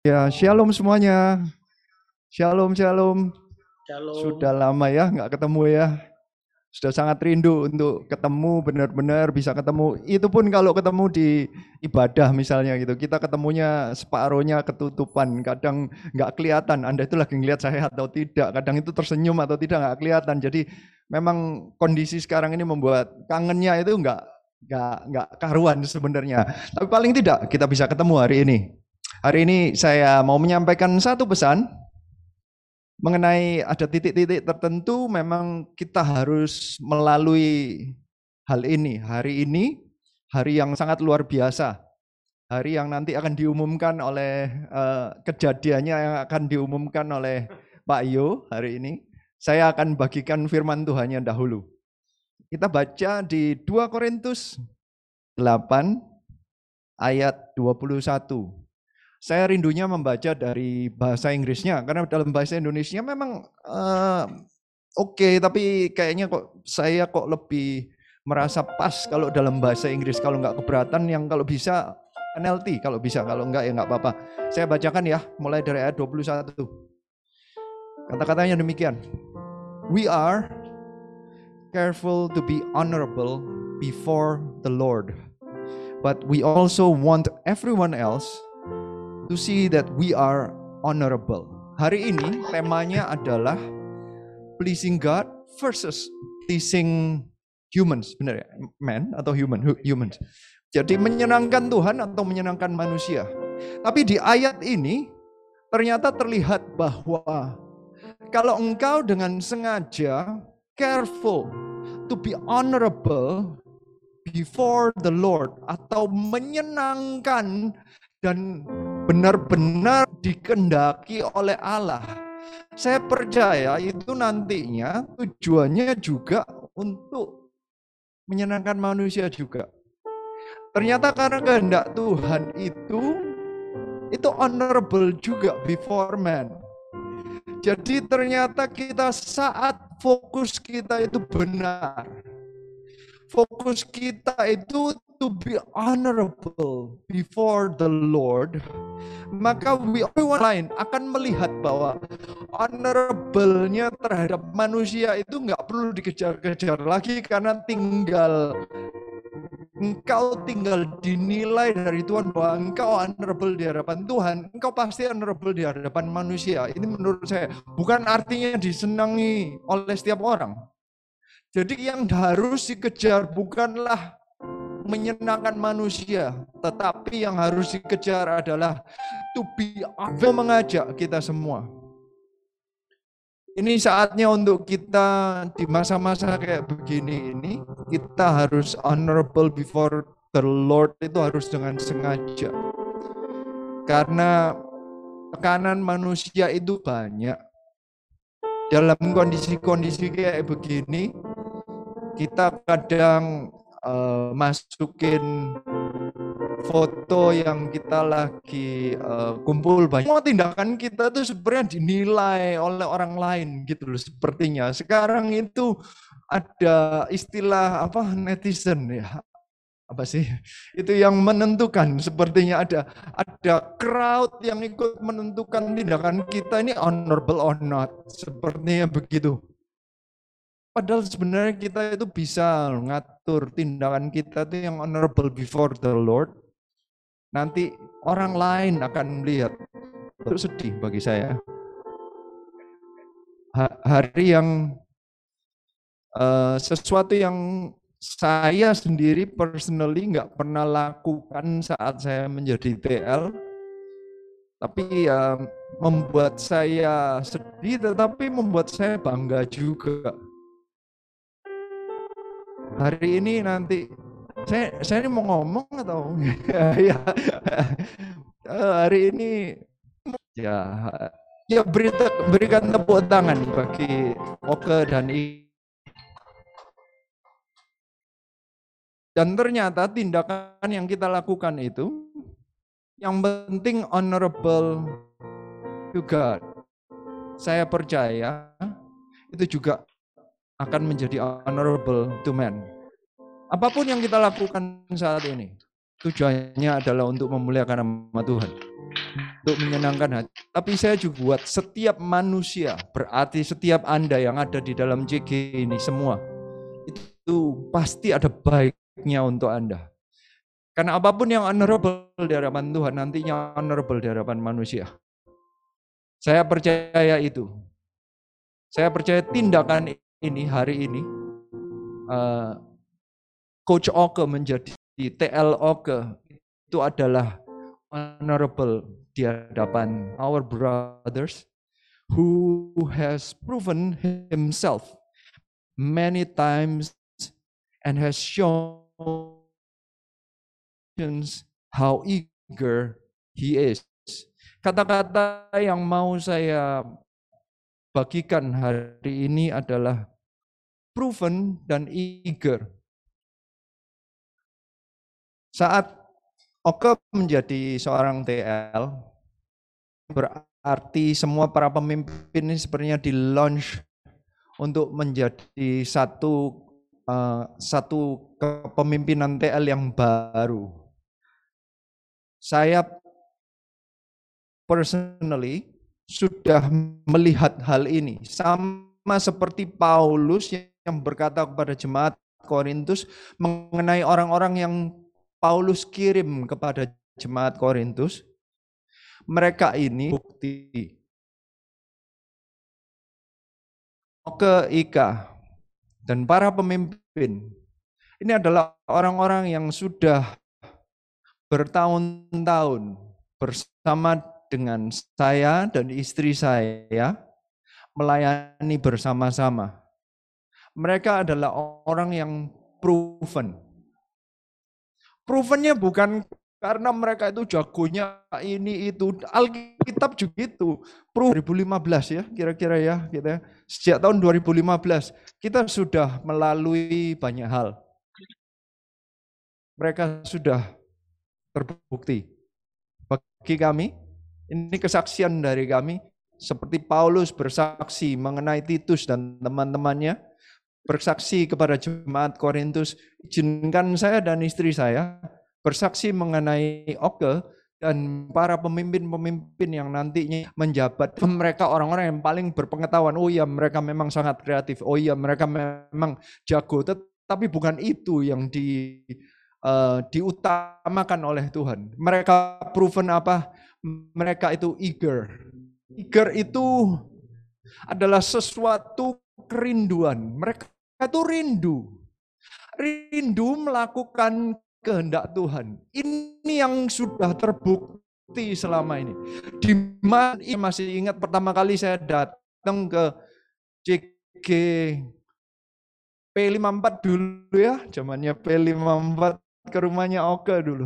Ya, shalom semuanya. Shalom, shalom. Shalom. Sudah lama ya nggak ketemu ya. Sudah sangat rindu untuk ketemu, benar-benar bisa ketemu. Itu pun kalau ketemu di ibadah misalnya gitu. Kita ketemunya separuhnya ketutupan. Kadang nggak kelihatan Anda itu lagi ngelihat saya atau tidak. Kadang itu tersenyum atau tidak nggak kelihatan. Jadi memang kondisi sekarang ini membuat kangennya itu nggak karuan sebenarnya. Tapi paling tidak kita bisa ketemu hari ini. Hari ini saya mau menyampaikan satu pesan mengenai ada titik-titik tertentu memang kita harus melalui hal ini. Hari ini, hari yang sangat luar biasa. Hari yang nanti akan diumumkan oleh kejadiannya yang akan diumumkan oleh Pak Yo hari ini. Saya akan bagikan firman Tuhannya dahulu. Kita baca di 2 Korintus 8 ayat 21. Saya rindunya membaca dari bahasa Inggrisnya, karena dalam bahasa Indonesia memang oke, tapi kayaknya saya lebih merasa pas kalau dalam bahasa Inggris. Kalau nggak keberatan, yang kalau bisa NLT, kalau bisa, kalau nggak ya nggak apa-apa. Saya bacakan ya, mulai dari ayat 21. Kata-katanya demikian. We are careful to be honorable before the Lord, but we also want everyone else to see that we are honorable. Hari ini temanya adalah pleasing God versus pleasing humans, benar ya? Man atau humans. Jadi menyenangkan Tuhan atau menyenangkan manusia. Tapi di ayat ini ternyata terlihat bahwa kalau engkau dengan sengaja careful to be honorable before the Lord atau menyenangkan dan benar-benar dikehendaki oleh Allah, saya percaya itu nantinya tujuannya juga untuk menyenangkan manusia juga. Ternyata karena kehendak Tuhan itu honorable juga before man. Jadi ternyata kita saat fokus kita itu benar, fokus kita itu to be honorable before the Lord, maka everyone lain akan melihat bahwa honorable-nya terhadap manusia itu nggak perlu dikejar-kejar lagi, karena engkau tinggal dinilai dari Tuhan bahwa engkau honorable di hadapan Tuhan, engkau pasti honorable di hadapan manusia. Ini menurut saya bukan artinya disenangi oleh setiap orang. Jadi yang harus dikejar bukanlah menyenangkan manusia, tetapi yang harus dikejar adalah to be honorable. Mengajak kita semua. Ini saatnya untuk kita di masa-masa kayak begini ini, kita harus honorable before the Lord, itu harus dengan sengaja. Karena tekanan manusia itu banyak. Dalam kondisi-kondisi kayak begini, kita kadang masukin foto yang kita lagi kumpul banyak. Semua tindakan kita tuh sebenarnya dinilai oleh orang lain gitu loh sepertinya. Sekarang itu ada istilah apa, netizen ya. Apa sih? Itu yang menentukan, sepertinya ada crowd yang ikut menentukan tindakan kita ini honorable or not. Sepertinya begitu. Padahal sebenarnya kita itu bisa ngatur tindakan kita itu yang honorable before the Lord. Nanti orang lain akan melihat. Itu sedih bagi saya. Hari yang sesuatu yang saya sendiri personally nggak pernah lakukan saat saya menjadi TL, tapi ya membuat saya sedih, tetapi membuat saya bangga juga. Hari ini nanti saya ini mau ngomong atau ya hari ini ya berikan tepuk tangan bagi Oke dan ternyata tindakan yang kita lakukan itu yang penting honorable to God. Saya percaya itu juga akan menjadi honorable to man. Apapun yang kita lakukan saat ini, tujuannya adalah untuk memuliakan nama Tuhan, untuk menyenangkan hati. Tapi saya juga buat setiap manusia, berarti setiap Anda yang ada di dalam JG ini semua, itu pasti ada baiknya untuk Anda. Karena apapun yang honorable di hadapan Tuhan, nantinya honorable di hadapan manusia. Saya percaya itu. Saya percaya tindakan ini hari ini, Coach Oke menjadi TL Oke, itu adalah honorable di hadapan our brothers who has proven himself many times and has shown how eager he is. Kata-kata yang mau saya bagikan hari ini adalah proven dan eager. Saat Oke menjadi seorang TL, berarti semua para pemimpin ini sebenarnya di-launch untuk menjadi satu kepemimpinan TL yang baru. Saya personally sudah melihat hal ini, sama seperti Paulus yang berkata kepada jemaat Korintus mengenai orang-orang yang Paulus kirim kepada jemaat Korintus. Mereka ini bukti. Oke, Ika dan para pemimpin ini adalah orang-orang yang sudah bertahun-tahun bersama dengan saya dan istri saya melayani bersama-sama. Mereka adalah orang yang proven. Provennya bukan karena mereka itu jagonya ini itu. Alkitab juga itu. 2015 ya, kira-kira ya, kita sejak tahun 2015 kita sudah melalui banyak hal. Mereka sudah terbukti. Bagi kami, ini kesaksian dari kami, seperti Paulus bersaksi mengenai Titus dan teman-temannya, bersaksi kepada jemaat Korintus, izinkan saya dan istri saya bersaksi mengenai Oke dan para pemimpin-pemimpin yang nantinya menjabat. Mereka orang-orang yang paling berpengetahuan. Oh iya, mereka memang sangat kreatif. Oh iya, mereka memang jago. Tetapi bukan itu yang diutamakan oleh Tuhan. Mereka proven apa? Mereka itu eager. Eager itu adalah sesuatu kerinduan. Mereka itu rindu melakukan kehendak Tuhan. Ini yang sudah terbukti selama ini. Di mana masih ingat pertama kali saya datang ke JG P54 dulu ya, zamannya P54 ke rumahnya Oke dulu.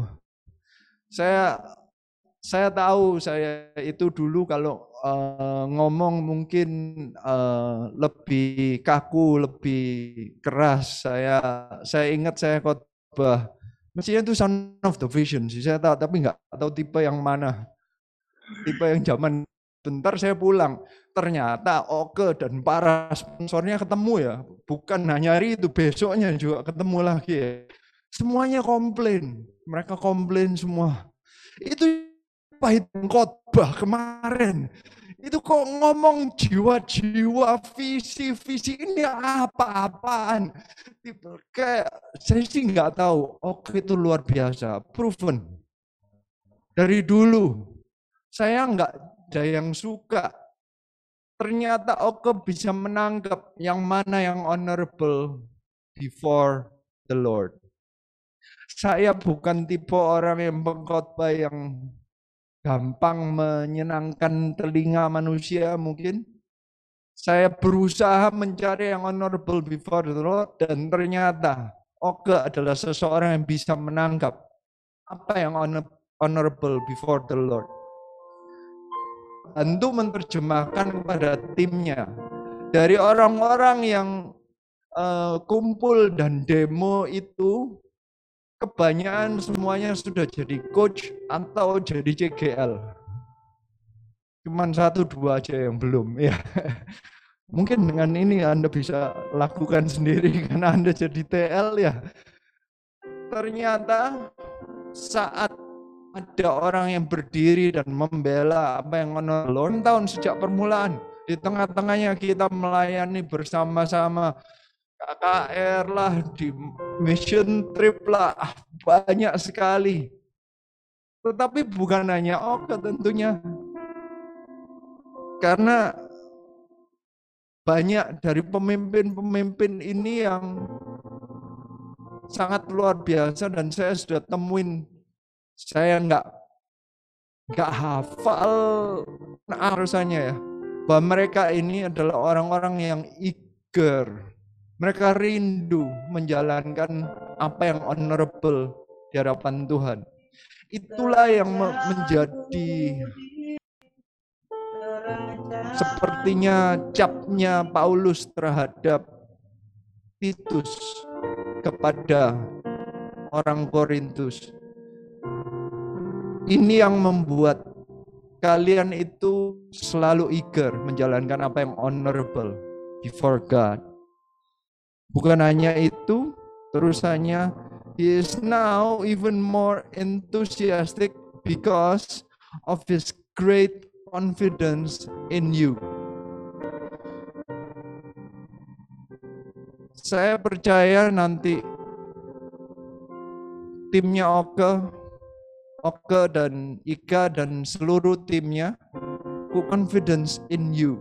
Saya tahu saya itu dulu kalau ngomong mungkin lebih kaku, lebih keras. Saya ingat saya khotbah. Mestinya itu Son of the Vision sih, saya tahu, tapi nggak tahu tipe yang mana. Tipe yang zaman bentar saya pulang. Ternyata Oke dan para sponsornya ketemu ya. Bukan hanya hari itu, besoknya juga ketemu lagi ya. Semuanya komplain. Mereka komplain semua. Itu pahit khotbah kemarin. Itu kok ngomong jiwa-jiwa, visi-visi, ini apa-apaan. Kayak saya sih nggak tahu. Oke, itu luar biasa, proven. Dari dulu saya nggak ada yang suka. Ternyata Oke bisa menangkap yang mana yang honorable before the Lord. Saya bukan tipe orang yang pengkhotbah yang gampang menyenangkan telinga manusia mungkin. Saya berusaha mencari yang honorable before the Lord dan ternyata Oke adalah seseorang yang bisa menangkap apa yang honorable before the Lord. Bantu menerjemahkan kepada timnya. Dari orang-orang yang kumpul dan demo itu, kebanyakan semuanya sudah jadi coach atau jadi CGL. Cuman 1-2 aja yang belum ya. Mungkin dengan ini Anda bisa lakukan sendiri karena Anda jadi TL ya. Ternyata saat ada orang yang berdiri dan membela apa yang honorable tahun sejak permulaan, di tengah-tengahnya kita melayani bersama-sama, KKR lah, di mission trip lah, banyak sekali. Tetapi bukan hanya Oke tentunya, karena banyak dari pemimpin-pemimpin ini yang sangat luar biasa dan saya sudah temuin. Saya nggak hafal rasanya ya, bahwa mereka ini adalah orang-orang yang eager. Mereka rindu menjalankan apa yang honorable di hadapan Tuhan. Itulah yang menjadi sepertinya capnya Paulus terhadap Titus kepada orang Korintus. Ini yang membuat kalian itu selalu eager menjalankan apa yang honorable before God. Bukan hanya itu, terusannya, he is now even more enthusiastic because of his great confidence in you. Saya percaya nanti timnya Oke dan Ika dan seluruh timnya, confidence in you.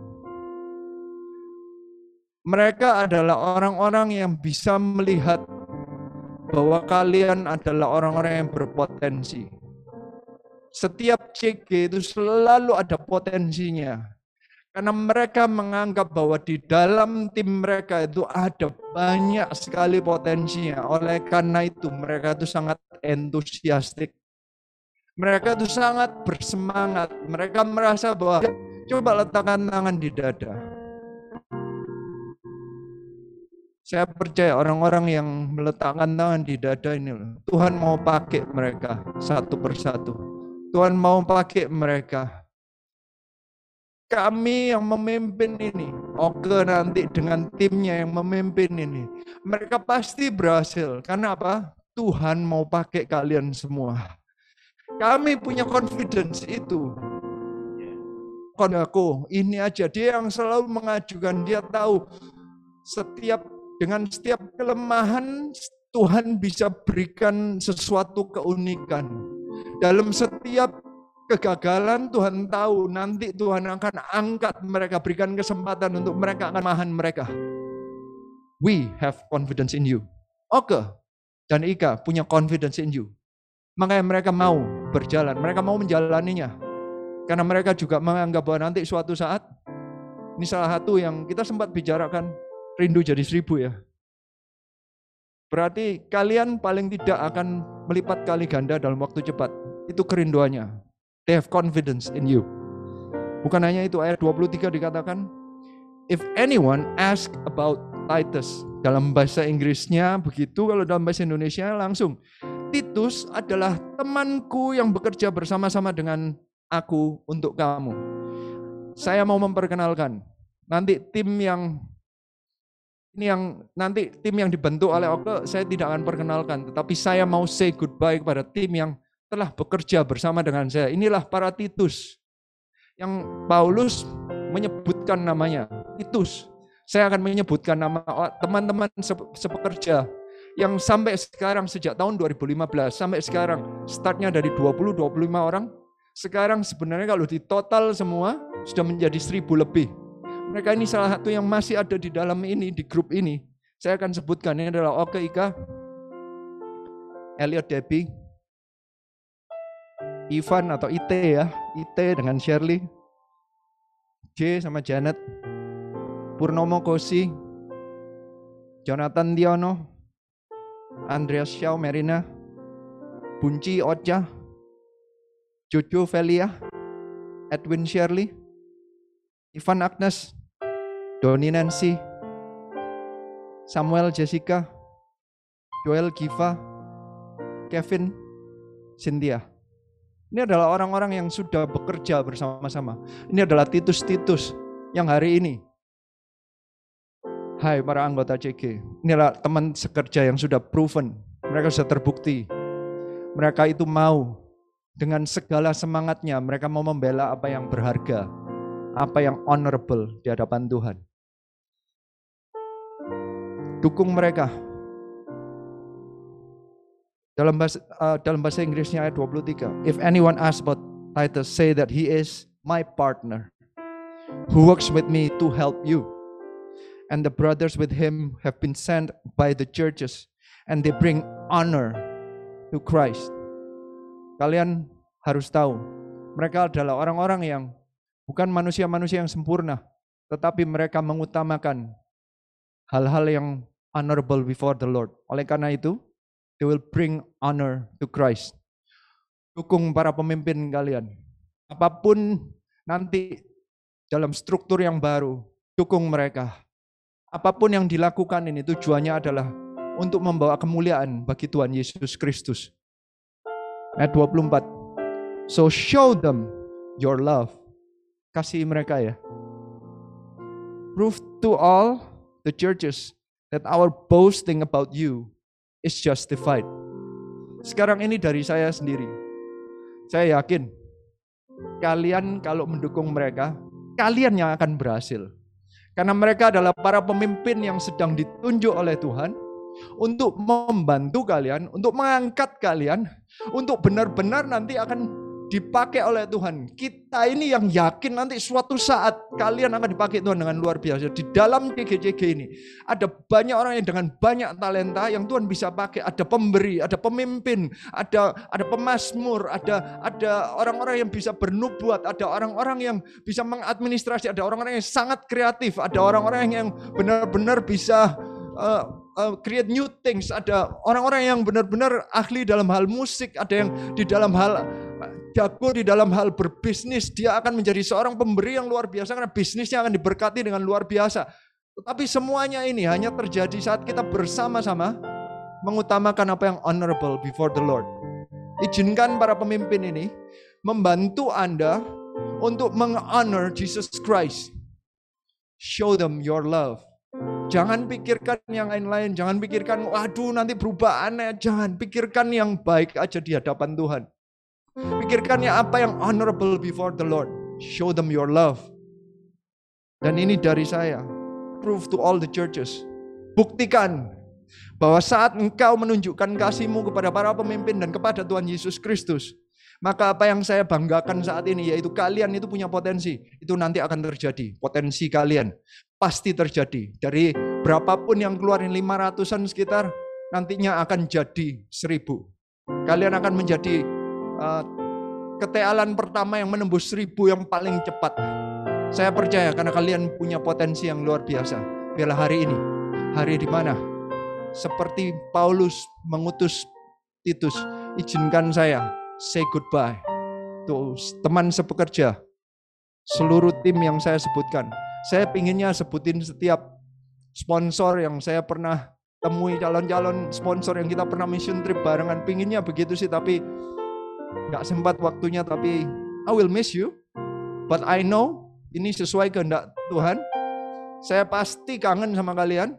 Mereka adalah orang-orang yang bisa melihat bahwa kalian adalah orang-orang yang berpotensi. Setiap CG itu selalu ada potensinya. Karena mereka menganggap bahwa di dalam tim mereka itu ada banyak sekali potensinya. Oleh karena itu mereka itu sangat entusiastik. Mereka itu sangat bersemangat. Mereka merasa bahwa coba letakkan tangan di dada. Saya percaya orang-orang yang meletakkan tangan di dada ini, Tuhan mau pakai mereka satu persatu. Tuhan mau pakai mereka. Kami yang memimpin ini, Oke nanti dengan timnya yang memimpin ini, mereka pasti berhasil. Karena apa? Tuhan mau pakai kalian semua. Kami punya confidence itu. Aku ini aja, dia yang selalu mengajukan, dia tahu dengan setiap kelemahan Tuhan bisa berikan sesuatu keunikan. Dalam setiap kegagalan Tuhan tahu nanti Tuhan akan angkat mereka, berikan kesempatan untuk mereka akan mahan mereka. We have confidence in you. Oke dan Ika punya confidence in you. Makanya mereka mau berjalan, mereka mau menjalaninya. Karena mereka juga menganggap bahwa nanti suatu saat, ini salah satu yang kita sempat bicarakan, rindu jadi 1000 ya. Berarti kalian paling tidak akan melipat kali ganda dalam waktu cepat. Itu kerinduannya. They have confidence in you. Bukan hanya itu, ayat 23 dikatakan, if anyone ask about Titus, dalam bahasa Inggrisnya begitu, kalau dalam bahasa Indonesia langsung, Titus adalah temanku yang bekerja bersama-sama dengan aku untuk kamu. Saya mau memperkenalkan, nanti tim yang dibentuk oleh Oke, saya tidak akan perkenalkan, tetapi saya mau say goodbye kepada tim yang telah bekerja bersama dengan saya. Inilah para Titus, yang Paulus menyebutkan namanya, Titus. Saya akan menyebutkan nama teman-teman sepekerja yang sampai sekarang sejak tahun 2015 sampai sekarang startnya dari 20-25 orang, sekarang sebenarnya kalau ditotal semua sudah menjadi 1000 lebih. Mereka ini salah satu yang masih ada di dalam ini, di grup ini. Saya akan sebutkan, ini adalah Oke Ika, Elliot Debbie, Ivan atau IT ya, IT dengan Shirley, J sama Janet, Purnomo Kosi, Jonathan Diono, Andreas Xiao Merina, Bunci Ocha, Jojo Velia, Edwin Shirley, Ivan Agnes, Doni Nancy, Samuel Jessica, Joel Giva, Kevin, Cynthia. Ini adalah orang-orang yang sudah bekerja bersama-sama. Ini adalah Titus-Titus yang hari ini. Hai para anggota CG, inilah teman sekerja yang sudah proven, mereka sudah terbukti Mereka itu mau dengan segala semangatnya, mereka mau membela apa yang berharga, apa yang honorable di hadapan Tuhan. Dukung mereka. Dalam bahasa Inggrisnya ayat 23. If anyone asks about Titus, say that he is my partner who works with me to help you. And the brothers with him have been sent by the churches, and they bring honor to Christ. Kalian harus tahu, mereka adalah orang-orang yang bukan manusia-manusia yang sempurna, tetapi mereka mengutamakan hal-hal yang honorable before the Lord. Oleh karena itu, they will bring honor to Christ. Dukung para pemimpin kalian. Apapun nanti dalam struktur yang baru, dukung mereka. Apapun yang dilakukan ini tujuannya adalah untuk membawa kemuliaan bagi Tuhan Yesus Kristus. Ayat 24. So show them your love. Kasih mereka ya. Prove to all the churches that our boasting about you is justified. Sekarang ini dari saya sendiri. Saya yakin kalian kalau mendukung mereka, kalian yang akan berhasil. Karena mereka adalah para pemimpin yang sedang ditunjuk oleh Tuhan untuk membantu kalian, untuk mengangkat kalian, untuk benar-benar nanti akan dipakai oleh Tuhan. Kita ini yang yakin nanti suatu saat kalian akan dipakai Tuhan dengan luar biasa. Di dalam GGJG ini ada banyak orang yang dengan banyak talenta yang Tuhan bisa pakai. Ada pemberi, ada pemimpin, ada pemazmur, ada orang-orang yang bisa bernubuat, ada orang-orang yang bisa mengadministrasi, ada orang-orang yang sangat kreatif, ada orang-orang yang benar-benar bisa create new things, ada orang-orang yang benar-benar ahli dalam hal musik, ada yang di dalam hal jago di dalam hal berbisnis, dia akan menjadi seorang pemberi yang luar biasa karena bisnisnya akan diberkati dengan luar biasa. Tetapi semuanya ini hanya terjadi saat kita bersama-sama mengutamakan apa yang honorable before the Lord. Izinkan para pemimpin ini membantu Anda untuk meng-honor Jesus Christ. Show them your love. Jangan pikirkan yang lain-lain, jangan pikirkan waduh nanti berubah aneh, jangan pikirkan yang baik aja di hadapan Tuhan. Pikirkannya apa yang honorable before the Lord. Show them your love. Dan ini dari saya. Prove to all the churches. Buktikan bahwa saat engkau menunjukkan kasihmu kepada para pemimpin dan kepada Tuhan Yesus Kristus, maka apa yang saya banggakan saat ini yaitu kalian itu punya potensi. Itu nanti akan terjadi. Potensi kalian pasti terjadi. Dari berapapun yang keluarin 500-an sekitar, nantinya akan jadi 1000. Kalian akan menjadi ketealan pertama yang menembus 1000 yang paling cepat. Saya percaya karena kalian punya potensi yang luar biasa. Biarlah hari ini, hari di mana seperti Paulus mengutus Titus, izinkan saya say goodbye to teman sepekerja, seluruh tim yang saya sebutkan. Saya pinginnya sebutin setiap sponsor yang saya pernah temui, calon-calon sponsor yang kita pernah mission trip barengan. Pinginnya begitu sih, tapi gak sempat waktunya. Tapi I will miss you, but I know ini sesuai kehendak Tuhan. Saya pasti kangen sama kalian.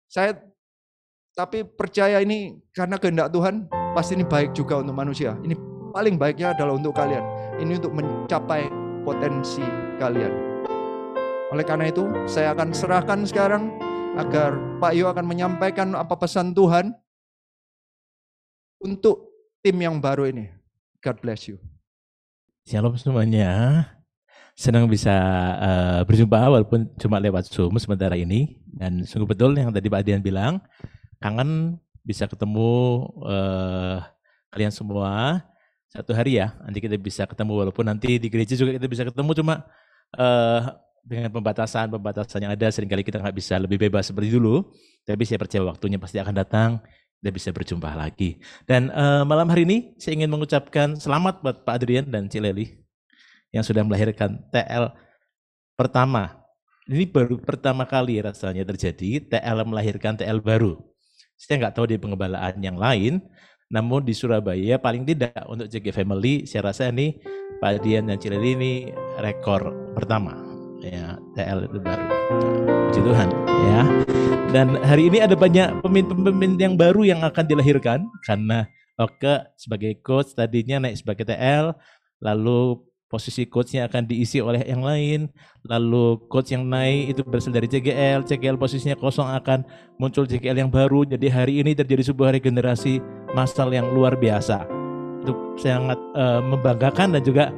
Tapi percaya ini karena kehendak Tuhan, pasti ini baik juga untuk manusia. Ini paling baiknya adalah untuk kalian. Ini untuk mencapai potensi kalian. Oleh karena itu, saya akan serahkan sekarang agar Pak Yo akan menyampaikan apa pesan Tuhan untuk tim yang baru ini. God bless you. Shalom semuanya. Senang bisa berjumpa walaupun cuma lewat Zoom sementara ini. Dan sungguh betul yang tadi Pak Dian bilang, kangen bisa ketemu kalian semua satu hari ya. Nanti kita bisa ketemu walaupun nanti di gereja juga kita bisa ketemu, cuma dengan pembatasan yang ada seringkali kita nggak bisa lebih bebas seperti dulu. Tapi saya percaya waktunya pasti akan datang. Kita bisa berjumpa lagi. Dan malam hari ini saya ingin mengucapkan selamat buat Pak Adrian dan Cik Leli yang sudah melahirkan TL pertama. Ini baru pertama kali rasanya terjadi TL melahirkan TL baru. Saya nggak tahu di pengembalaan yang lain, namun di Surabaya paling tidak untuk JG Family, saya rasa ini Pak Adrian dan Cik Leli ini rekor pertama. Ya, TL itu baru. Puji Tuhan ya. Dan hari ini ada banyak pemimpin yang baru yang akan dilahirkan karena Oke sebagai coach, tadinya naik sebagai TL, lalu posisi coachnya akan diisi oleh yang lain, lalu coach yang naik itu berasal dari CGL posisinya kosong akan muncul CGL yang baru. Jadi hari ini terjadi sebuah regenerasi massal yang luar biasa. Itu sangat membanggakan, dan juga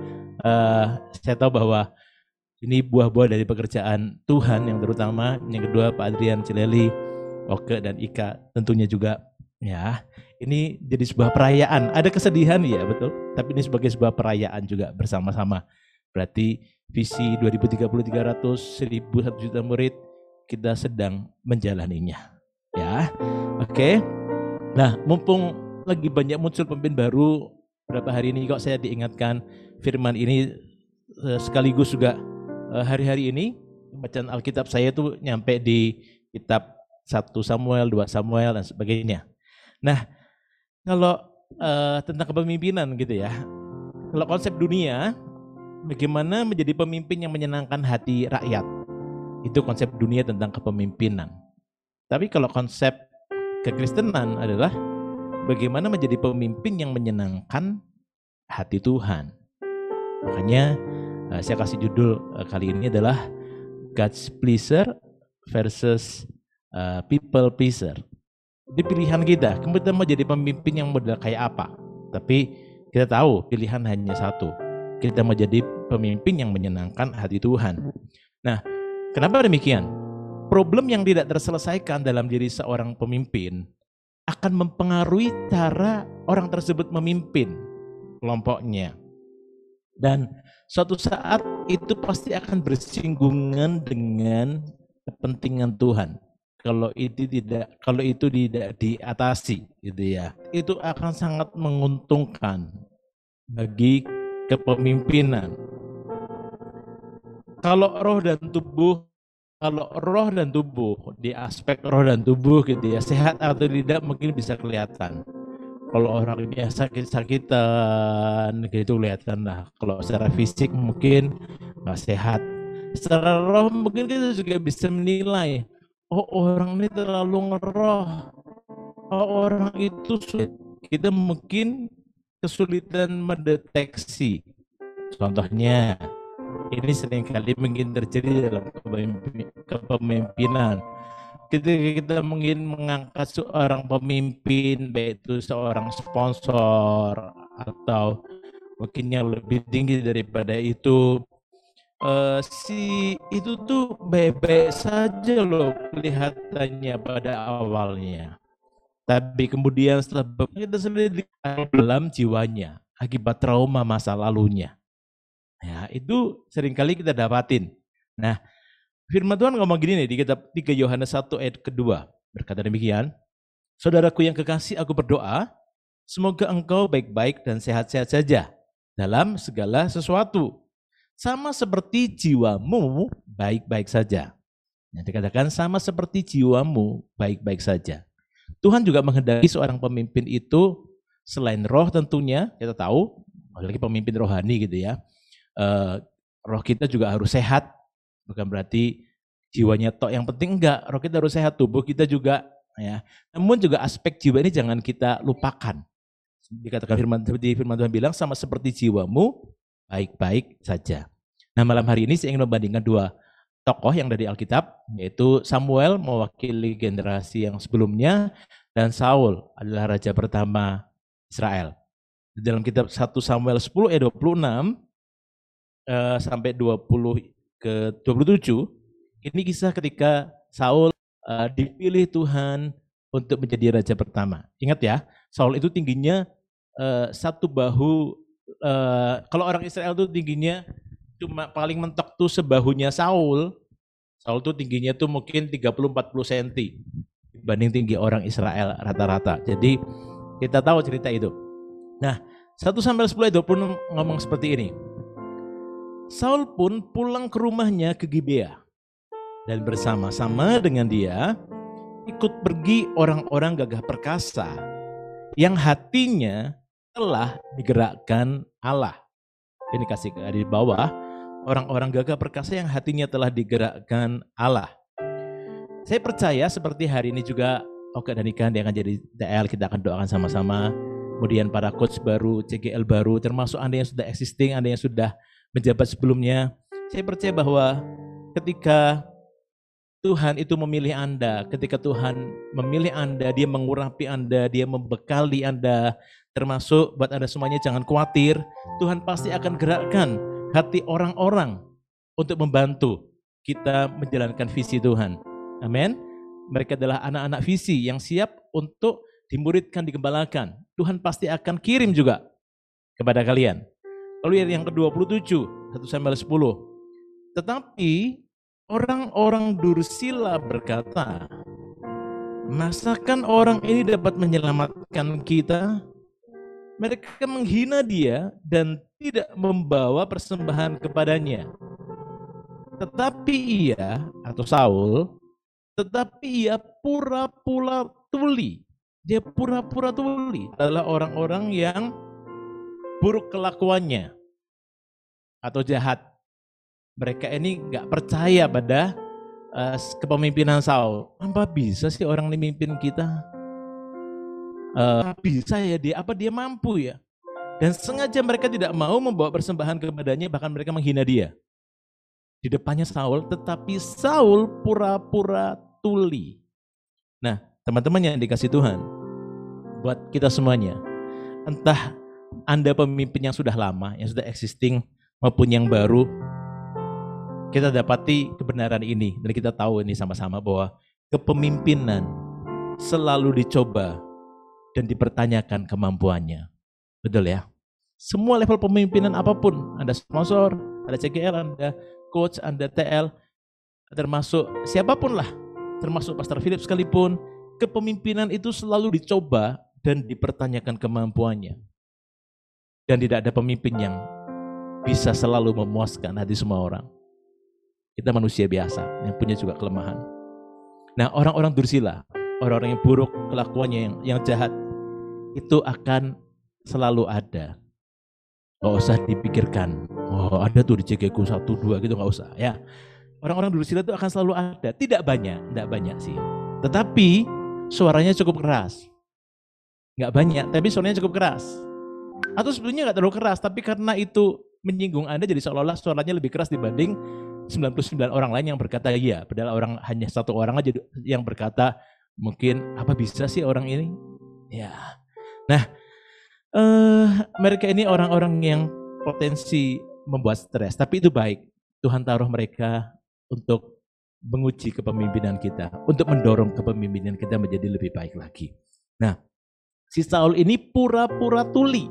saya tahu bahwa ini buah-buah dari pekerjaan Tuhan yang terutama. Yang kedua Pak Adrian Cileli, Oke dan Ika tentunya juga ya. Ini jadi sebuah perayaan. Ada kesedihan ya betul, tapi ini sebagai sebuah perayaan juga bersama-sama. Berarti visi 2030 300 1 juta murid kita sedang menjalaninya. Ya. Oke. Nah, mumpung lagi banyak muncul pemimpin baru beberapa hari ini kok saya diingatkan firman ini sekaligus juga hari-hari ini bacaan Alkitab saya itu nyampe di kitab 1 Samuel, 2 Samuel dan sebagainya. Nah, kalau tentang kepemimpinan gitu ya. Kalau konsep dunia, bagaimana menjadi pemimpin yang menyenangkan hati rakyat. Itu konsep dunia tentang kepemimpinan. Tapi kalau konsep kekristenan adalah bagaimana menjadi pemimpin yang menyenangkan hati Tuhan. Makanya saya kasih judul kali ini adalah God's pleaser versus people pleaser. Di pilihan kita mau jadi pemimpin yang model kayak apa. Tapi kita tahu pilihan hanya satu. Kita mau jadi pemimpin yang menyenangkan hati Tuhan. Nah, kenapa demikian? Problem yang tidak terselesaikan dalam diri seorang pemimpin akan mempengaruhi cara orang tersebut memimpin kelompoknya. Dan suatu saat itu pasti akan bersinggungan dengan kepentingan Tuhan. Kalau itu tidak diatasi gitu ya, itu akan sangat menguntungkan bagi kepemimpinan. Kalau roh dan tubuh di aspek roh dan tubuh gitu ya, sehat atau tidak mungkin bisa kelihatan. Kalau orang ini sakit-sakitan gitu kelihatan lah. Kalau secara fisik mungkin nggak sehat. Secara roh mungkin kita juga bisa menilai. Oh, orang ini terlalu ngeroh. Oh, orang itu sulit. Kita mungkin kesulitan mendeteksi. Contohnya, ini seringkali mungkin terjadi dalam kepemimpinan. Ketika kita mungkin mengangkat seorang pemimpin, baik itu seorang sponsor atau mungkin yang lebih tinggi daripada itu, si itu tuh baik-baik saja loh kelihatannya pada awalnya. Tapi kemudian setelah kita sendiri dalam jiwanya akibat trauma masa lalunya. Ya, itu seringkali kita dapatin. Nah, firman Tuhan ngomong gini nih di kitab 3 Yohanes 1 ayat kedua. Berkata demikian, saudaraku yang kekasih, aku berdoa, semoga engkau baik-baik dan sehat-sehat saja dalam segala sesuatu. Sama seperti jiwamu baik-baik saja. Yang dikatakan sama seperti jiwamu baik-baik saja. Tuhan juga menghendaki seorang pemimpin itu selain roh tentunya, kita tahu, apalagi pemimpin rohani gitu ya. Roh kita juga harus sehat, bukan berarti jiwanya tok yang penting, enggak, roh kita harus sehat, tubuh kita juga ya. Namun juga aspek jiwa ini jangan kita lupakan. Dikatakan firman Tuhan bilang sama seperti jiwamu baik-baik saja. Nah, malam hari ini saya ingin membandingkan dua tokoh yang dari Alkitab, yaitu Samuel mewakili generasi yang sebelumnya dan Saul adalah raja pertama Israel. Di dalam kitab 1 Samuel 10 ayat 26 sampai 20 ke 27, ini kisah ketika Saul dipilih Tuhan untuk menjadi raja pertama. Ingat ya, Saul itu tingginya satu bahu, kalau orang Israel itu tingginya cuma paling mentok tuh sebahunya Saul. Saul tuh tingginya tuh mungkin 30-40 cm dibanding tinggi orang Israel rata-rata. Jadi kita tahu cerita itu. Nah, 1 Samuel 10 ayat 20 ngomong seperti ini. Saul pun pulang ke rumahnya ke Gibea, dan bersama-sama dengan dia ikut pergi orang-orang gagah perkasa yang hatinya telah digerakkan Allah. Ini kasih di bawah, orang-orang gagah perkasa yang hatinya telah digerakkan Allah. Saya percaya seperti hari ini juga Oka dan Ikan dia akan jadi TL, kita akan doakan sama-sama. kemudian para coach baru, CGL baru, termasuk Anda yang sudah existing, Anda yang sudah menjabat sebelumnya. Saya percaya bahwa ketika Tuhan itu memilih Anda, ketika Tuhan memilih Anda, Dia mengurapi Anda, Dia membekali Anda, termasuk buat Anda semuanya jangan khawatir, Tuhan pasti akan gerakkan hati orang-orang untuk membantu kita menjalankan visi Tuhan. Amin. Mereka adalah anak-anak visi yang siap untuk dimuridkan, digembalakan. Tuhan pasti akan kirim juga kepada kalian. Lalu yang ke-27, 1-10. Tetapi orang-orang dursila berkata, masakan orang ini dapat menyelamatkan kita? Mereka menghina dia dan tidak membawa persembahan kepadanya. Tetapi ia, atau Saul, tetapi ia pura-pura tuli. Dia pura-pura tuli adalah orang-orang yang buruk kelakuannya atau jahat. Mereka ini nggak percaya pada kepemimpinan Saul. Apa bisa sih orang ini mimpin kita? Bisa ya dia? Apa dia mampu ya? Dan sengaja mereka tidak mau membawa persembahan kepadanya, bahkan mereka menghina dia di depannya Saul, tetapi Saul pura-pura tuli. Nah, teman-teman yang dikasih Tuhan, buat kita semuanya, entah Anda pemimpin yang sudah lama, yang sudah existing, maupun yang baru, kita dapati kebenaran ini, dan kita tahu ini sama-sama bahwa kepemimpinan selalu dicoba dan dipertanyakan kemampuannya. Betul ya? Semua level pemimpinan apapun, Anda sponsor, ada CGL, Anda coach, Anda TL, termasuk siapapun lah, termasuk Pastor Philip sekalipun, kepemimpinan itu selalu dicoba dan dipertanyakan kemampuannya. Dan tidak ada pemimpin yang bisa selalu memuaskan hati semua orang. Kita manusia biasa yang punya juga kelemahan. Nah, orang-orang dursila, orang-orang yang buruk kelakuannya, yang jahat, itu akan selalu ada. Gak usah dipikirkan, oh ada tuh di CGku 1, 2 gitu, gak usah ya. Orang-orang dursila itu akan selalu ada, tidak banyak sih. Tetapi suaranya cukup keras. Gak banyak, tapi suaranya cukup keras. Atau sebetulnya gak terlalu keras, tapi karena itu menyinggung Anda, jadi seolah-olah suaranya lebih keras dibanding 99 orang lain yang berkata iya. Padahal hanya satu orang aja yang berkata, mungkin apa bisa sih orang ini? Ya. Nah, mereka ini orang-orang yang potensi membuat stres, tapi itu baik. Tuhan taruh mereka untuk menguji kepemimpinan kita, untuk mendorong kepemimpinan kita menjadi lebih baik lagi. Nah, si Saul ini pura-pura tuli.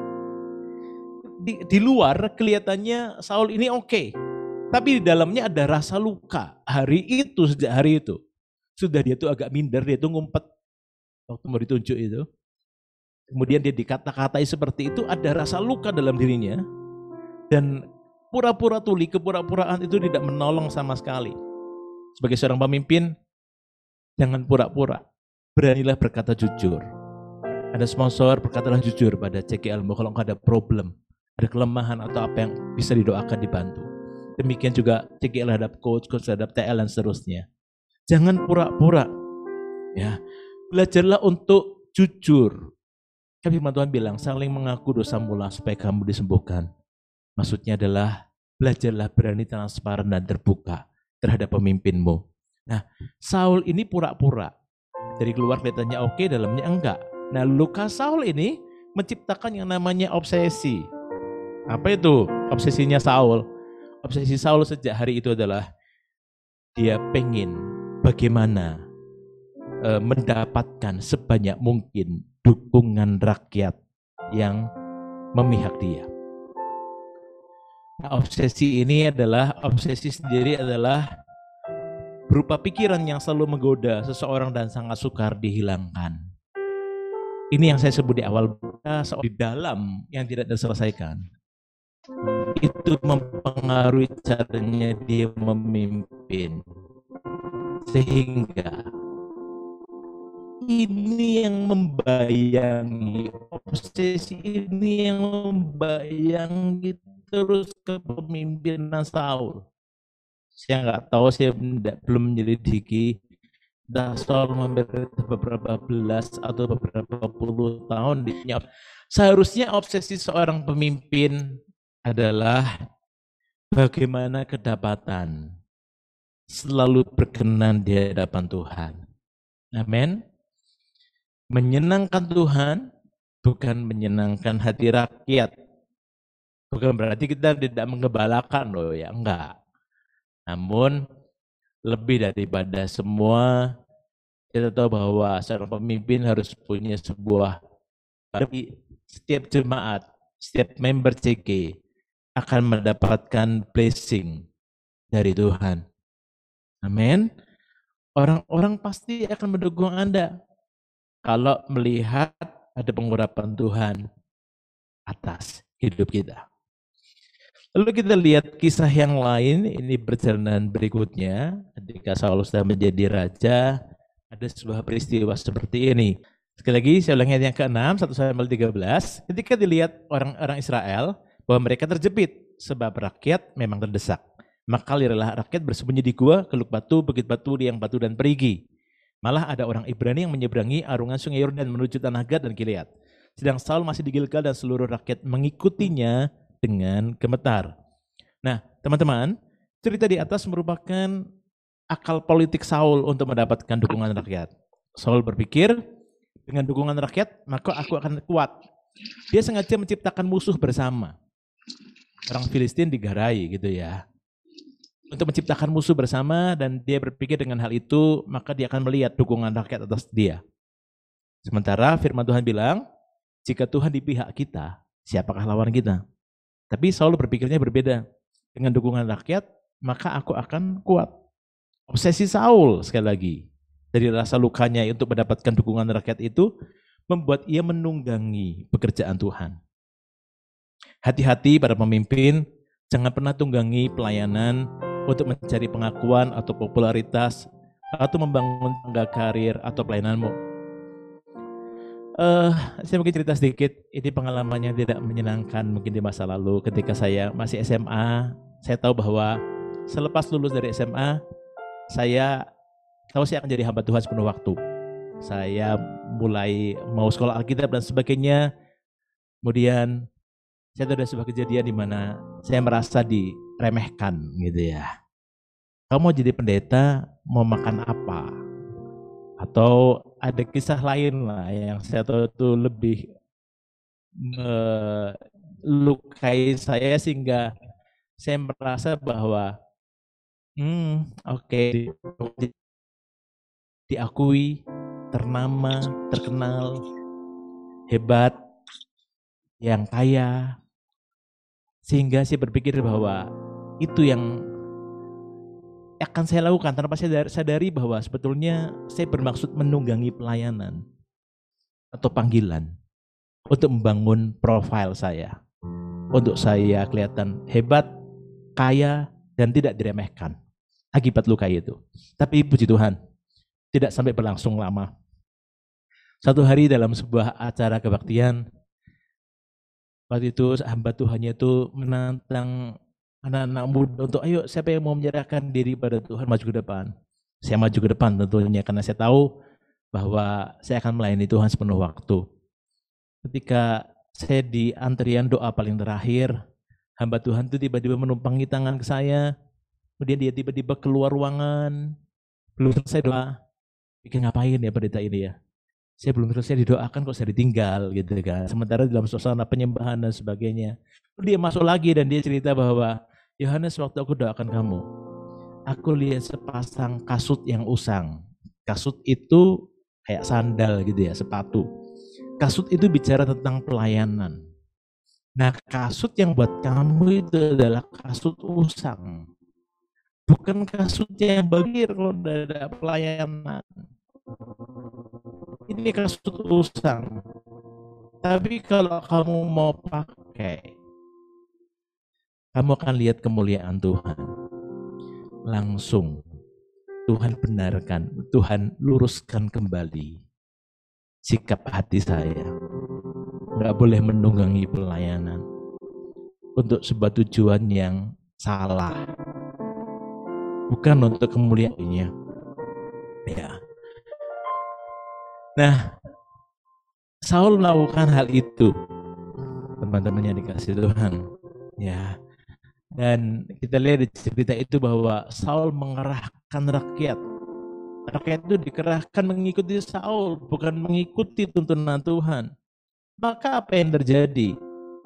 Di luar kelihatannya Saul ini oke, tapi di dalamnya ada rasa luka. Sejak hari itu, sudah dia tuh agak minder, dia tuh ngumpet waktu mau ditunjuk itu. Kemudian dia dikata-katai seperti itu, ada rasa luka dalam dirinya. Dan pura-pura tuli, kepura-puraan itu tidak menolong sama sekali. Sebagai seorang pemimpin, jangan pura-pura. Beranilah berkata jujur. Ada sponsor, berkatalah jujur pada CGL-mu kalau ada problem, ada kelemahan atau apa yang bisa didoakan, dibantu. Demikian juga CGL terhadap coach terhadap TL dan seterusnya. Jangan pura-pura. Ya, belajarlah untuk jujur. Firman Tuhan bilang, saling mengaku dosa mula supaya kamu disembuhkan. Maksudnya adalah belajarlah berani, transparan, dan terbuka terhadap pemimpinmu. Nah, Saul ini pura-pura. Dari keluar kelihatannya oke, dalamnya enggak. Nah, luka Saul ini menciptakan yang namanya obsesi. Apa itu obsesinya Saul? Obsesi Saul sejak hari itu adalah dia pengen bagaimana mendapatkan sebanyak mungkin dukungan rakyat yang memihak dia. Nah, obsesi sendiri adalah berupa pikiran yang selalu menggoda seseorang dan sangat sukar dihilangkan. Ini yang saya sebut di awal, di dalam yang tidak terselesaikan. Itu mempengaruhi caranya dia memimpin. Sehingga ini yang membayangi, obsesi ini yang membayangi terus kepemimpinan Saul. Saya nggak tahu, saya belum menyelidiki Saul memerintah beberapa belas atau beberapa puluh tahun. Seharusnya obsesi seorang pemimpin adalah bagaimana kedapatan selalu berkenan di hadapan Tuhan. Amin. Menyenangkan Tuhan bukan menyenangkan hati rakyat. Bukan berarti kita tidak menggembalakan loh ya, enggak. Namun lebih daripada semua, kita tahu bahwa seorang pemimpin harus punya sebuah, setiap jemaat, setiap member CG akan mendapatkan blessing dari Tuhan. Amin. Orang-orang pasti akan mendukung Anda kalau melihat ada pengurapan Tuhan atas hidup kita. Lalu kita lihat kisah yang lain, ini perjalanan berikutnya. Ketika Saul sudah menjadi raja, ada sebuah peristiwa seperti ini. Sekali lagi, saya ulangi ayat yang ke-6, 1 Samuel 13. Ketika dilihat orang-orang Israel, bahwa mereka terjepit, sebab rakyat memang terdesak. Maka lirilah rakyat bersembunyi di gua, Geluk Batu, Bukit Batu, Liang Batu, dan Perigi. Malah ada orang Ibrani yang menyeberangi arungan sungai Yordan menuju tanah Gad dan Gilead. Sedang Saul masih di Gilgal dan seluruh rakyat mengikutinya dengan gemetar. Nah, teman-teman, cerita di atas merupakan akal politik Saul untuk mendapatkan dukungan rakyat. Saul berpikir, dengan dukungan rakyat, maka aku akan kuat. Dia sengaja menciptakan musuh bersama. Orang Filistin digarai gitu ya. Untuk menciptakan musuh bersama, dan dia berpikir dengan hal itu, maka dia akan melihat dukungan rakyat atas dia. Sementara firman Tuhan bilang, jika Tuhan di pihak kita, siapakah lawan kita? Tapi Saul berpikirnya berbeda. Dengan dukungan rakyat, maka aku akan kuat. Obsesi Saul, sekali lagi, dari rasa lukanya untuk mendapatkan dukungan rakyat itu, membuat ia menunggangi pekerjaan Tuhan. Hati-hati para pemimpin, jangan pernah tunggangi pelayanan untuk mencari pengakuan atau popularitas, atau membangun tangga karir atau pelayananmu. Saya mungkin cerita sedikit, ini pengalamannya tidak menyenangkan mungkin di masa lalu. Ketika saya masih SMA, saya tahu bahwa selepas lulus dari SMA, saya tahu saya akan jadi hamba Tuhan sepenuh waktu. Saya mulai mau sekolah Alkitab dan sebagainya. Kemudian saya tahu ada sebuah kejadian di mana saya merasa diremehkan gitu ya. Kamu mau jadi pendeta, mau makan apa? Atau ada kisah lain lah yang saya tahu itu lebih melukai saya sehingga saya merasa bahwa oke, diakui, ternama, terkenal, hebat, yang kaya, sehingga saya berpikir bahwa itu yang akan saya lakukan tanpa saya sadari bahwa sebetulnya saya bermaksud menunggangi pelayanan atau panggilan untuk membangun profil saya, untuk saya kelihatan hebat, kaya, dan tidak diremehkan akibat luka itu. Tapi puji Tuhan, tidak sampai berlangsung lama. Satu hari dalam sebuah acara kebaktian, waktu itu hamba Tuhannya itu menantang anak-anak muda untuk ayo siapa yang mau menyerahkan diri pada Tuhan maju ke depan. Saya maju ke depan tentunya karena saya tahu bahwa saya akan melayani Tuhan sepenuh waktu. Ketika saya di antrian doa paling terakhir, hamba Tuhan itu tiba-tiba menumpangi tangan ke saya, kemudian dia tiba-tiba keluar ruangan, belum selesai doa, pikir ngapain ya pendeta ini ya? Saya belum selesai didoakan kok saya ditinggal gitu kan. Sementara dalam suasana penyembahan dan sebagainya. Dia masuk lagi dan dia cerita bahwa Yohanes, waktu aku doakan kamu, aku lihat sepasang kasut yang usang. Kasut itu kayak sandal gitu ya, sepatu. Kasut itu bicara tentang pelayanan. Nah, kasut yang buat kamu itu adalah kasut usang. Bukan kasut yang bagir kalau ada pelayanan. Ini kasut usang. Tapi kalau kamu mau pakai, kamu akan lihat kemuliaan Tuhan. Langsung Tuhan benarkan, Tuhan luruskan kembali sikap hati saya. Nggak boleh menunggangi pelayanan untuk sebuah tujuan yang salah. Bukan untuk kemuliaannya. Ya. Nah, Saul melakukan hal itu, teman-temannya dikasih Tuhan. Ya, dan kita lihat di cerita itu bahwa Saul mengerahkan rakyat. Rakyat itu dikerahkan mengikuti Saul, bukan mengikuti tuntunan Tuhan. Maka apa yang terjadi?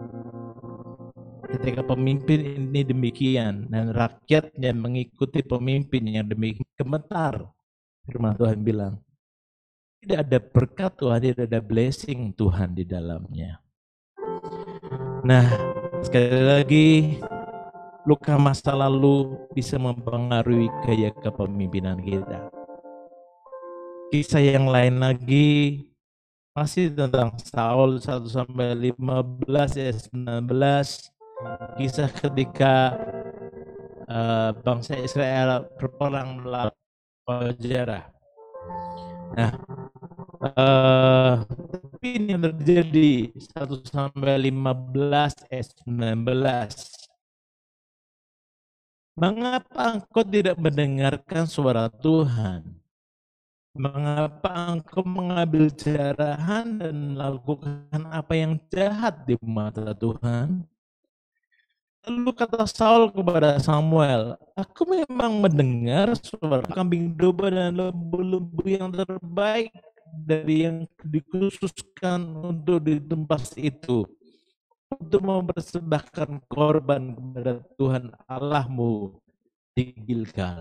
Ketika pemimpin ini demikian dan rakyatnya mengikuti pemimpin yang demikian, gemetar. Firman Tuhan bilang, tidak ada berkat Tuhan, tidak ada blessing Tuhan di dalamnya. Nah, sekali lagi, luka masa lalu bisa mempengaruhi gaya kepemimpinan kita. Kisah yang lain lagi masih tentang Saul 1-15 ayat 19. Kisah ketika bangsa Israel berperang melawan Faujarah. Nah, tapi ini yang terjadi 1-15 ayat 19. Mengapa engkau tidak mendengarkan suara Tuhan? Mengapa engkau mengambil jarahan dan melakukan apa yang jahat di mata Tuhan? Lalu kata Saul kepada Samuel, aku memang mendengar suara kambing domba dan lembu-lembu yang terbaik dari yang dikhususkan untuk di tempat itu, untuk mempersembahkan korban kepada Tuhan Allahmu di Gilgal.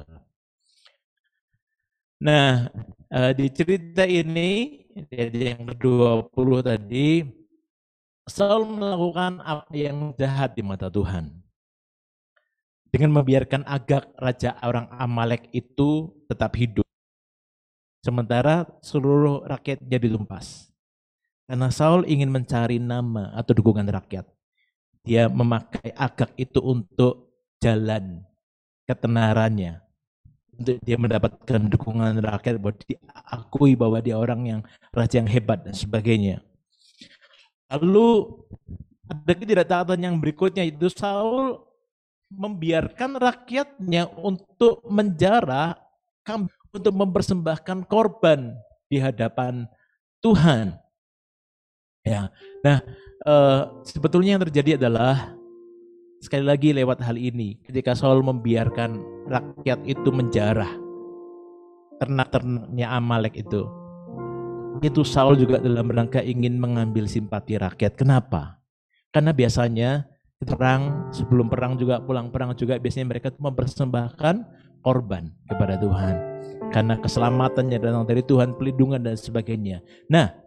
Nah, di cerita ini, yang ke-20 tadi, Saul melakukan apa yang jahat di mata Tuhan. Dengan membiarkan Agag, raja orang Amalek itu tetap hidup. Sementara seluruh rakyatnya ditumpas. Karena Saul ingin mencari nama atau dukungan rakyat. Dia memakai Agag itu untuk jalan ketenarannya. Untuk dia mendapatkan dukungan rakyat, bahwa diakui bahwa dia orang yang raja yang hebat dan sebagainya. Lalu ada ketidaktaatan yang berikutnya, itu Saul membiarkan rakyatnya untuk menjara kambing, untuk mempersembahkan korban di hadapan Tuhan. Ya, nah sebetulnya yang terjadi adalah sekali lagi lewat hal ini, ketika Saul membiarkan rakyat itu menjarah ternak-ternaknya Amalek itu Saul juga dalam rangka ingin mengambil simpati rakyat. Kenapa? Karena biasanya perang, sebelum perang juga, pulang perang juga, biasanya mereka mempersembahkan korban kepada Tuhan. Karena keselamatannya datang dari Tuhan, pelindungan dan sebagainya. Nah,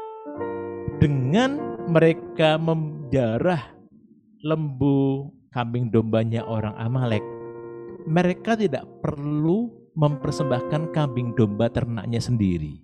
dengan mereka menjarah lembu, kambing dombanya orang Amalek, mereka tidak perlu mempersembahkan kambing domba ternaknya sendiri.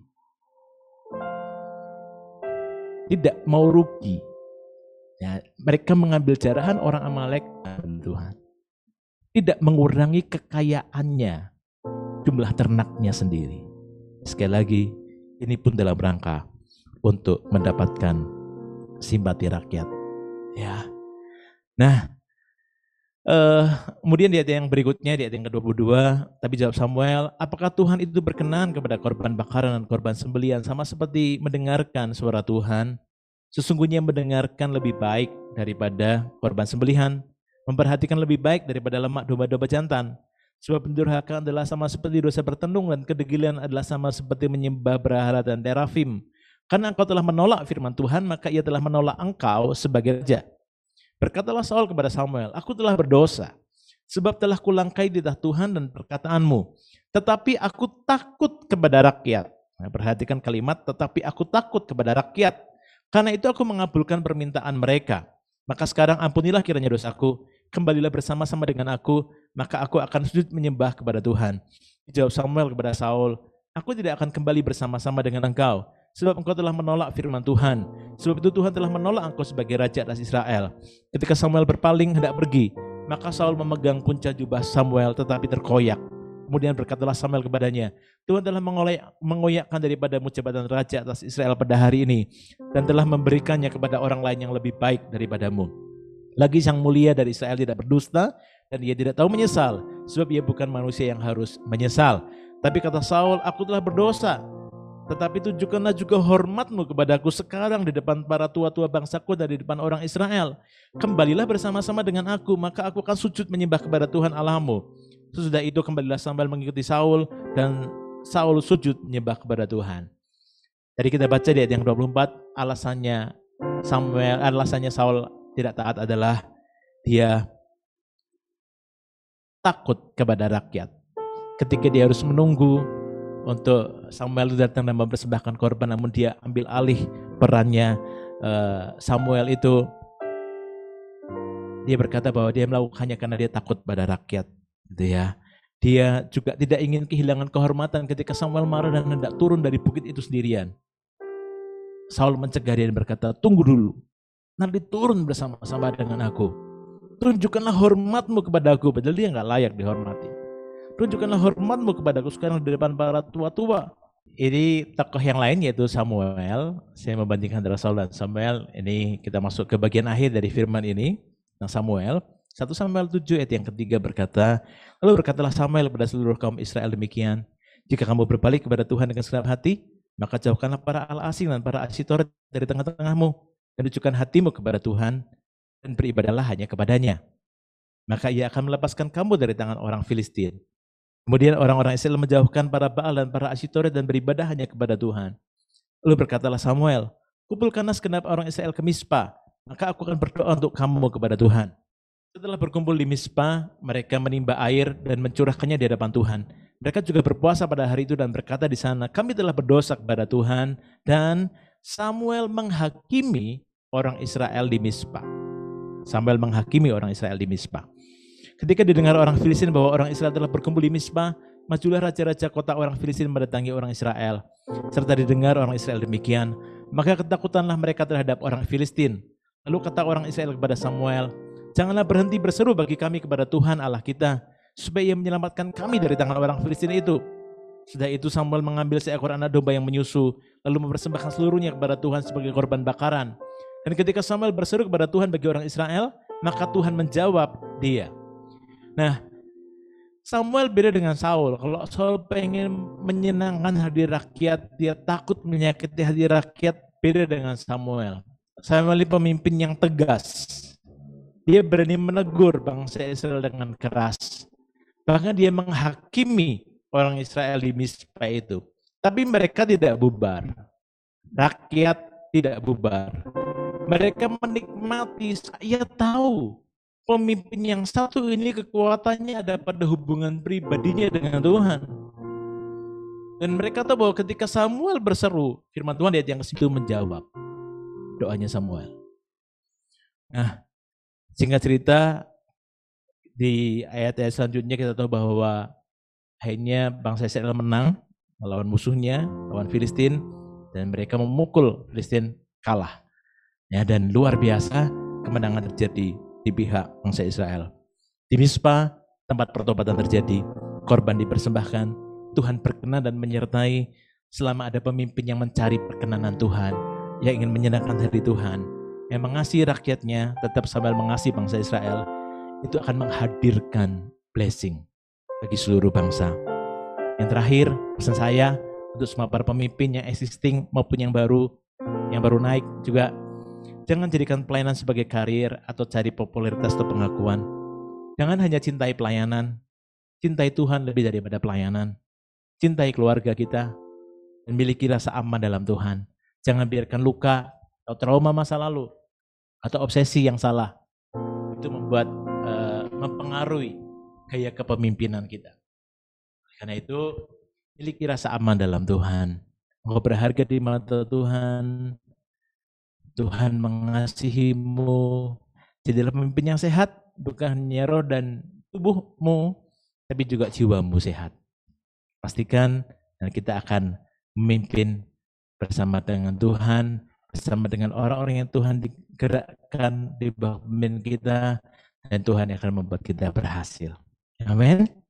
Tidak mau rugi. Ya, mereka mengambil jarahan orang Amalek, Tuhan. Tidak mengurangi kekayaannya, jumlah ternaknya sendiri. Sekali lagi, ini pun dalam rangka untuk mendapatkan simpati rakyat. Ya. Nah, kemudian di ayat yang berikutnya, di ayat yang ke-22, tapi jawab Samuel, apakah Tuhan itu berkenan kepada korban bakaran dan korban sembelian sama seperti mendengarkan suara Tuhan? Sesungguhnya mendengarkan lebih baik daripada korban sembelihan, memperhatikan lebih baik daripada lemak domba-domba jantan. Sebab pendurhakaan adalah sama seperti dosa bertandung, dan kedegilan adalah sama seperti menyembah berhala dan terafim. Karena engkau telah menolak firman Tuhan, maka ia telah menolak engkau sebagai raja. Berkatalah Saul kepada Samuel, aku telah berdosa, sebab telah kulangkai lidah Tuhan dan perkataanmu. Tetapi aku takut kepada rakyat. Nah, perhatikan kalimat, tetapi aku takut kepada rakyat. Karena itu aku mengabulkan permintaan mereka. Maka sekarang ampunilah kiranya dosaku, kembalilah bersama-sama dengan aku, maka aku akan sujud menyembah kepada Tuhan. Dijawab Samuel kepada Saul, aku tidak akan kembali bersama-sama dengan engkau, sebab engkau telah menolak firman Tuhan. Sebab itu Tuhan telah menolak engkau sebagai raja atas Israel. Ketika Samuel berpaling hendak pergi, maka Saul memegang punca jubah Samuel tetapi terkoyak. Kemudian berkatalah Samuel kepadanya, Tuhan telah mengoyakkan daripadamu jabatan raja atas Israel pada hari ini, dan telah memberikannya kepada orang lain yang lebih baik daripadamu. Lagi sang mulia dari Israel tidak berdusta, dan ia tidak tahu menyesal, sebab ia bukan manusia yang harus menyesal. Tapi kata Saul, aku telah berdosa. Tetapi tunjukkanlah juga hormatmu kepadaku sekarang di depan para tua-tua bangsaku dan di depan orang Israel. Kembalilah bersama-sama dengan aku, maka aku akan sujud menyembah kepada Tuhan Allahmu. Sesudah itu kembalilah Samuel mengikuti Saul, dan Saul sujud menyembah kepada Tuhan. Tadi kita baca di ayat yang 24, alasannya Saul tidak taat adalah dia takut kepada rakyat. Ketika dia harus menunggu untuk Samuel datang dan mempersembahkan korban, namun dia ambil alih perannya Samuel itu. Dia berkata bahwa dia melakukannya karena dia takut pada rakyat, gitu ya. Dia juga tidak ingin kehilangan kehormatan ketika Samuel marah dan hendak turun dari bukit itu sendirian. Saul mencegah dia dan berkata, tunggu dulu, nanti turun bersama-sama dengan aku. Tunjukkanlah hormatmu kepadaku, padahal dia nggak layak dihormati. Tunjukkanlah hormatmu kepadaku sekarang di depan para tua-tua. Ini tokoh yang lain yaitu Samuel. Saya membandingkan antara Saul dan Samuel. Ini kita masuk ke bagian akhir dari firman ini tentang Samuel. 1 Samuel 7 ayat yang ketiga berkata, lalu berkatalah Samuel kepada seluruh kaum Israel demikian, jika kamu berbalik kepada Tuhan dengan segenap hati, maka jauhkanlah para Allah asing dan para Asytoret dari tengah-tengahmu, dan tunjukkan hatimu kepada Tuhan, dan beribadahlah hanya kepadanya. Maka ia akan melepaskan kamu dari tangan orang Filistin. Kemudian orang-orang Israel menjauhkan para Baal dan para Asytoret dan beribadah hanya kepada Tuhan. Lalu berkatalah Samuel, kumpulkanlah segenap orang Israel ke Mispa, maka aku akan berdoa untuk kamu kepada Tuhan. Setelah berkumpul di Mispa, mereka menimba air dan mencurahkannya di hadapan Tuhan. Mereka juga berpuasa pada hari itu dan berkata di sana, kami telah berdosa kepada Tuhan, dan Samuel menghakimi orang Israel di Mispa. Samuel menghakimi orang Israel di Mispa. Ketika didengar orang Filistin bahwa orang Israel telah berkumpul di Mispa, majulah raja-raja kota orang Filistin mendatangi orang Israel. Serta didengar orang Israel demikian, maka ketakutanlah mereka terhadap orang Filistin. Lalu kata orang Israel kepada Samuel, janganlah berhenti berseru bagi kami kepada Tuhan Allah kita, supaya ia menyelamatkan kami dari tangan orang Filistin itu. Setelah itu Samuel mengambil seekor anak domba yang menyusu, lalu mempersembahkan seluruhnya kepada Tuhan sebagai korban bakaran. Dan ketika Samuel berseru kepada Tuhan bagi orang Israel, maka Tuhan menjawab dia. Nah, Samuel beda dengan Saul. Kalau Saul pengen menyenangkan hati rakyat, dia takut menyakiti hati rakyat, beda dengan Samuel. Samuel ini pemimpin yang tegas. Dia berani menegur bangsa Israel dengan keras. Bahkan dia menghakimi orang Israel di Mispa itu. Tapi mereka tidak bubar. Rakyat tidak bubar. Mereka menikmati, saya tahu pemimpin yang satu ini kekuatannya ada pada hubungan pribadinya dengan Tuhan. Dan mereka tahu bahwa ketika Samuel berseru, firman Tuhan di ayat yang ke-7 menjawab doanya Samuel. Nah, singkat cerita, di ayat-ayat selanjutnya kita tahu bahwa akhirnya bangsa Israel menang melawan musuhnya, lawan Filistin, dan mereka memukul Filistin, kalah. Ya, dan luar biasa kemenangan terjadi di pihak bangsa Israel. Di Mispa, tempat pertobatan terjadi, korban dipersembahkan, Tuhan berkenan dan menyertai selama ada pemimpin yang mencari perkenanan Tuhan, yang ingin menyenangkan hati Tuhan, yang mengasihi rakyatnya, tetap sambil mengasihi bangsa Israel, itu akan menghadirkan blessing bagi seluruh bangsa. Yang terakhir, pesan saya untuk semua para pemimpin yang existing maupun yang baru naik juga, jangan jadikan pelayanan sebagai karir atau cari popularitas atau pengakuan. Jangan hanya cintai pelayanan, cintai Tuhan lebih daripada pelayanan. Cintai keluarga kita, dan miliki rasa aman dalam Tuhan. Jangan biarkan luka atau trauma masa lalu atau obsesi yang salah itu mempengaruhi gaya kepemimpinan kita. Karena itu, miliki rasa aman dalam Tuhan. Engkau berharga di mata Tuhan. Tuhan mengasihimu. Jadilah pemimpin yang sehat, bukan hanya roh dan tubuhmu, tapi juga jiwamu sehat. Pastikan dan kita akan memimpin bersama dengan Tuhan, bersama dengan orang-orang yang Tuhan digerakkan di bawah pemimpin kita, dan Tuhan akan membuat kita berhasil. Amin.